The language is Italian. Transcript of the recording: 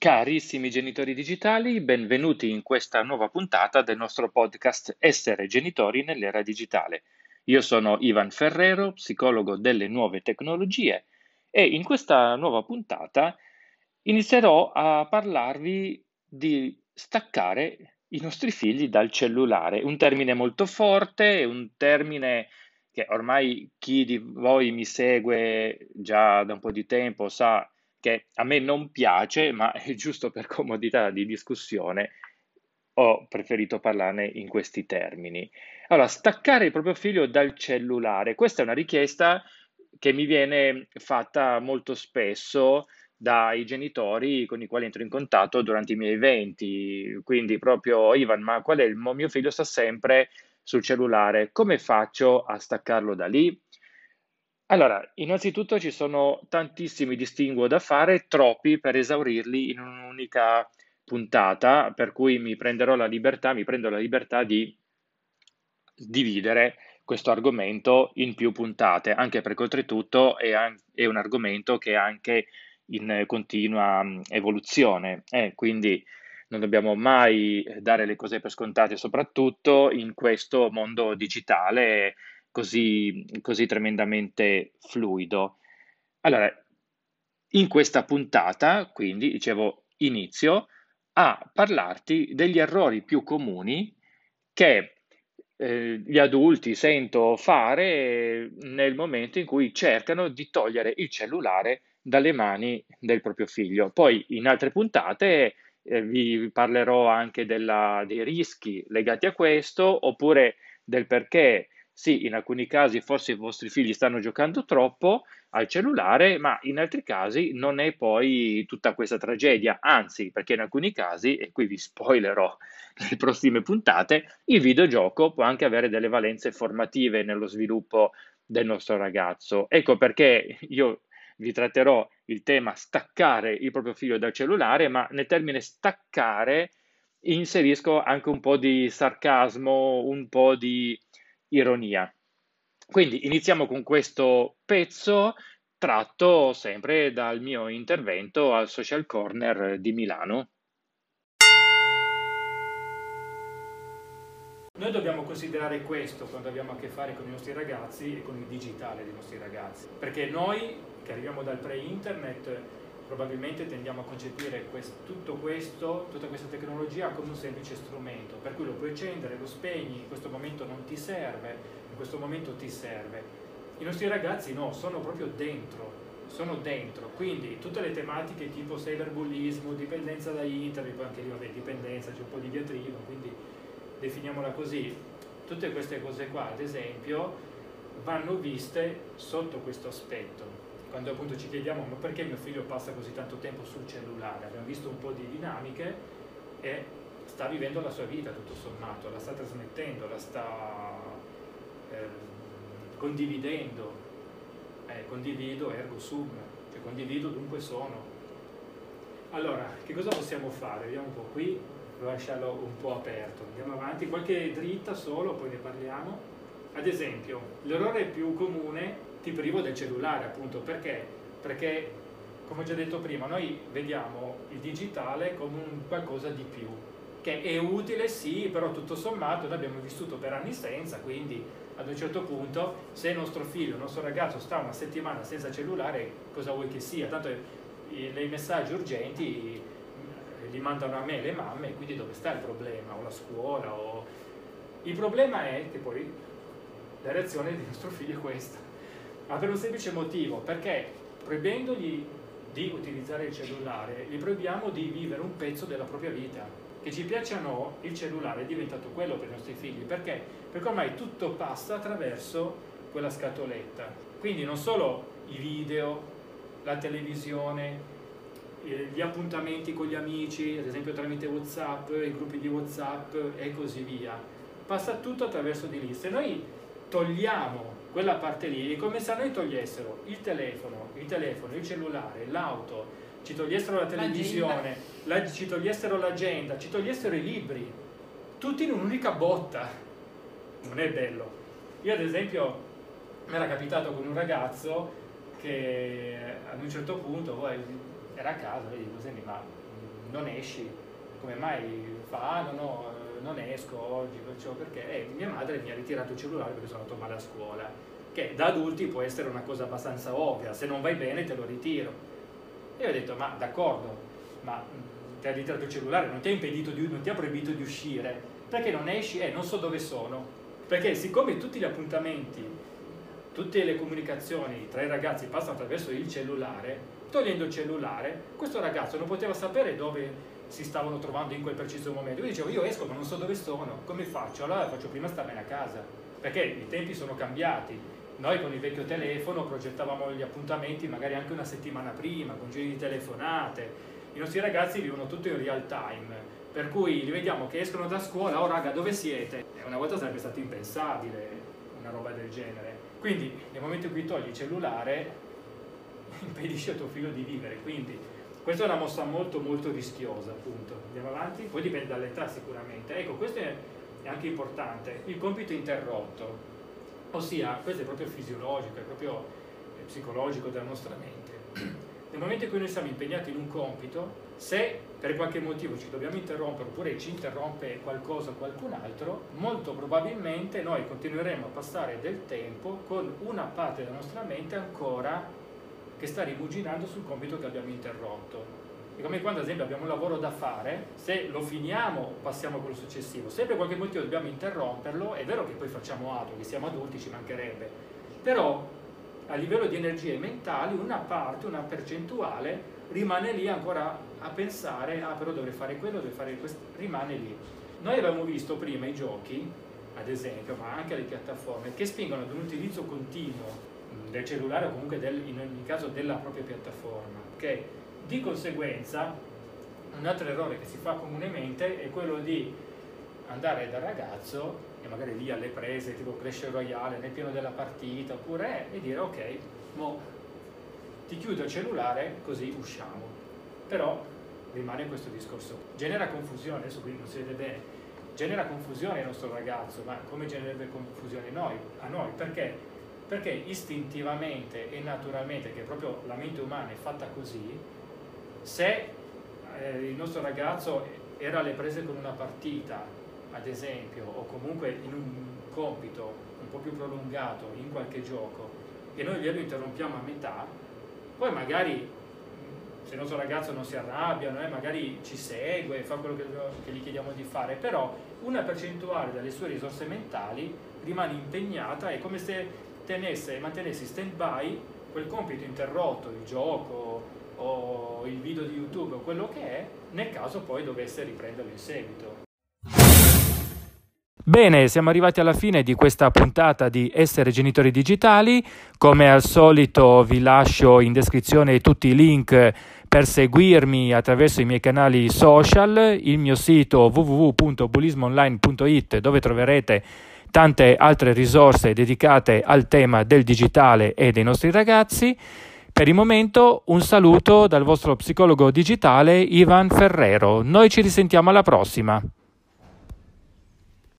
Carissimi genitori digitali, benvenuti in questa nuova puntata del nostro podcast Essere genitori nell'era digitale. Io sono Ivan Ferrero, psicologo delle nuove tecnologie e in questa nuova puntata inizierò a parlarvi di staccare i nostri figli dal cellulare. Un termine molto forte, un termine che ormai chi di voi mi segue già da un po' di tempo sa che a me non piace, ma è giusto per comodità di discussione, ho preferito parlarne in questi termini. Allora, staccare il proprio figlio dal cellulare, questa è una richiesta che mi viene fatta molto spesso dai genitori con i quali entro in contatto durante i miei eventi. Quindi proprio, Ivan, ma qual è mio figlio sta sempre sul cellulare, come faccio a staccarlo da lì? Allora, innanzitutto ci sono tantissimi distinguo da fare, troppi per esaurirli in un'unica puntata, per cui mi prendo la libertà di dividere questo argomento in più puntate, anche perché oltretutto è un argomento che è anche in continua evoluzione, quindi non dobbiamo mai dare le cose per scontate, soprattutto in questo mondo digitale così tremendamente fluido. Allora, in questa puntata, quindi, dicevo, inizio a parlarti degli errori più comuni che gli adulti sento fare nel momento in cui cercano di togliere il cellulare dalle mani del proprio figlio. Poi in altre puntate vi parlerò anche dei rischi legati a questo, oppure del perché, sì, in alcuni casi forse i vostri figli stanno giocando troppo al cellulare, ma in altri casi non è poi tutta questa tragedia, anzi, perché in alcuni casi, e qui vi spoilerò nelle prossime puntate, il videogioco può anche avere delle valenze formative nello sviluppo del nostro ragazzo. Ecco perché io vi tratterò il tema staccare il proprio figlio dal cellulare, ma nel termine staccare inserisco anche un po' di sarcasmo, un po' di ironia. Quindi iniziamo con questo pezzo tratto sempre dal mio intervento al Social Corner di Milano. Noi dobbiamo considerare questo quando abbiamo a che fare con i nostri ragazzi e con il digitale dei nostri ragazzi, perché noi che arriviamo dal pre-internet probabilmente tendiamo a concepire tutto questo, tutta questa tecnologia come un semplice strumento, per cui lo puoi accendere, lo spegni, in questo momento non ti serve, in questo momento ti serve. I nostri ragazzi no, sono dentro, quindi tutte le tematiche tipo cyberbullismo, dipendenza da internet, poi anche lì vabbè, dipendenza, c'è un po' di diatriba, quindi definiamola così, tutte queste cose qua, ad esempio, vanno viste sotto questo aspetto. Quando appunto ci chiediamo ma perché mio figlio passa così tanto tempo sul cellulare, abbiamo visto un po' di dinamiche e sta vivendo la sua vita tutto sommato, la sta trasmettendo, la sta condividendo, condivido ergo sum, cioè condivido dunque sono. Allora, che cosa possiamo fare? Vediamo un po' qui, lasciarlo un po' aperto. Andiamo avanti, qualche dritta solo, poi ne parliamo. Ad esempio, l'errore più comune, ti privo del cellulare, appunto, perché? Perché, come ho già detto prima, noi vediamo il digitale come un qualcosa di più, che è utile, sì, però tutto sommato noi abbiamo vissuto per anni senza, quindi ad un certo punto, se il nostro figlio, il nostro ragazzo sta una settimana senza cellulare, cosa vuoi che sia? Tanto i messaggi urgenti li mandano a me le mamme, quindi dove sta il problema? O la scuola? Il problema è che poi la reazione del nostro figlio è questa, ma per un semplice motivo, perché proibendogli di utilizzare il cellulare, gli proibiamo di vivere un pezzo della propria vita. Che ci piaccia o no, il cellulare è diventato quello per i nostri figli, perché? Perché ormai tutto passa attraverso quella scatoletta, quindi non solo i video, la televisione, gli appuntamenti con gli amici, ad esempio tramite WhatsApp, i gruppi di WhatsApp e così via. Passa tutto attraverso di lì. Se noi togliamo quella parte lì, è come se a noi togliessero il telefono, il cellulare, l'auto, ci togliessero la televisione, ci togliessero l'agenda, ci togliessero i libri, tutti in un'unica botta. Non è bello. Io ad esempio mi era capitato con un ragazzo che ad un certo punto era a casa e dico, senti, ma non esci, come mai? Fa, no, non esco oggi, perché mia madre mi ha ritirato il cellulare perché sono andato male a scuola, che da adulti può essere una cosa abbastanza ovvia, se non vai bene te lo ritiro. E ho detto, ma d'accordo, ma ti ha ritirato il cellulare, non ti ha impedito non ti ha proibito di uscire, perché non esci? Non so dove sono, perché siccome tutti gli appuntamenti, tutte le comunicazioni tra i ragazzi passano attraverso il cellulare, togliendo il cellulare, questo ragazzo non poteva sapere dove si stavano trovando in quel preciso momento. Io dicevo, io esco ma non so dove sono, come faccio? Allora faccio prima starmene a casa, perché i tempi sono cambiati. Noi con il vecchio telefono progettavamo gli appuntamenti magari anche una settimana prima, con giri di telefonate. I nostri ragazzi vivono tutto in real time, per cui li vediamo che escono da scuola, oh raga, dove siete? Una volta sarebbe stato impensabile una roba del genere. Quindi nel momento in cui togli il cellulare impedisci al tuo figlio di vivere, quindi questa è una mossa molto molto rischiosa, appunto. Andiamo avanti, poi dipende dall'età sicuramente. Ecco, questo è anche importante, il compito interrotto, ossia questo è proprio fisiologico, è proprio psicologico della nostra mente. Nel momento in cui noi siamo impegnati in un compito, se per qualche motivo ci dobbiamo interrompere oppure ci interrompe qualcosa o qualcun altro, molto probabilmente noi continueremo a passare del tempo con una parte della nostra mente ancora che sta rimuginando sul compito che abbiamo interrotto. È come quando ad esempio abbiamo un lavoro da fare, se lo finiamo passiamo a quello successivo, se per qualche motivo dobbiamo interromperlo, è vero che poi facciamo altro, che siamo adulti, ci mancherebbe, però a livello di energie mentali una parte, una percentuale rimane lì ancora a pensare, però dovrei fare quello, dovrei fare questo, rimane lì. Noi abbiamo visto prima i giochi, ad esempio, ma anche le piattaforme, che spingono ad un utilizzo continuo del cellulare o comunque in ogni caso della propria piattaforma, ok? Di conseguenza un altro errore che si fa comunemente è quello di andare dal ragazzo e magari lì alle prese tipo Clash Royale nel pieno della partita oppure e dire ok, mo ti chiudo il cellulare così usciamo, però rimane questo discorso, genera confusione, adesso qui non si vede bene, genera confusione al nostro ragazzo, ma come genererebbe confusione a noi, perché? Perché istintivamente e naturalmente, che proprio la mente umana è fatta così, se il nostro ragazzo era alle prese con una partita, ad esempio, o comunque in un compito un po' più prolungato, in qualche gioco, e noi glielo interrompiamo a metà, poi magari, se il nostro ragazzo non si arrabbia, magari ci segue, fa quello che gli chiediamo di fare, però una percentuale delle sue risorse mentali rimane impegnata, è come se mantenesse in stand-by quel compito interrotto, il gioco o il video di YouTube o quello che è, nel caso poi dovesse riprenderlo in seguito. Bene, siamo arrivati alla fine di questa puntata di Essere Genitori Digitali. Come al solito vi lascio in descrizione tutti i link per seguirmi attraverso i miei canali social, il mio sito www.bullismoonline.it dove troverete tante altre risorse dedicate al tema del digitale e dei nostri ragazzi. Per il momento un saluto dal vostro psicologo digitale Ivan Ferrero. Noi ci risentiamo alla prossima.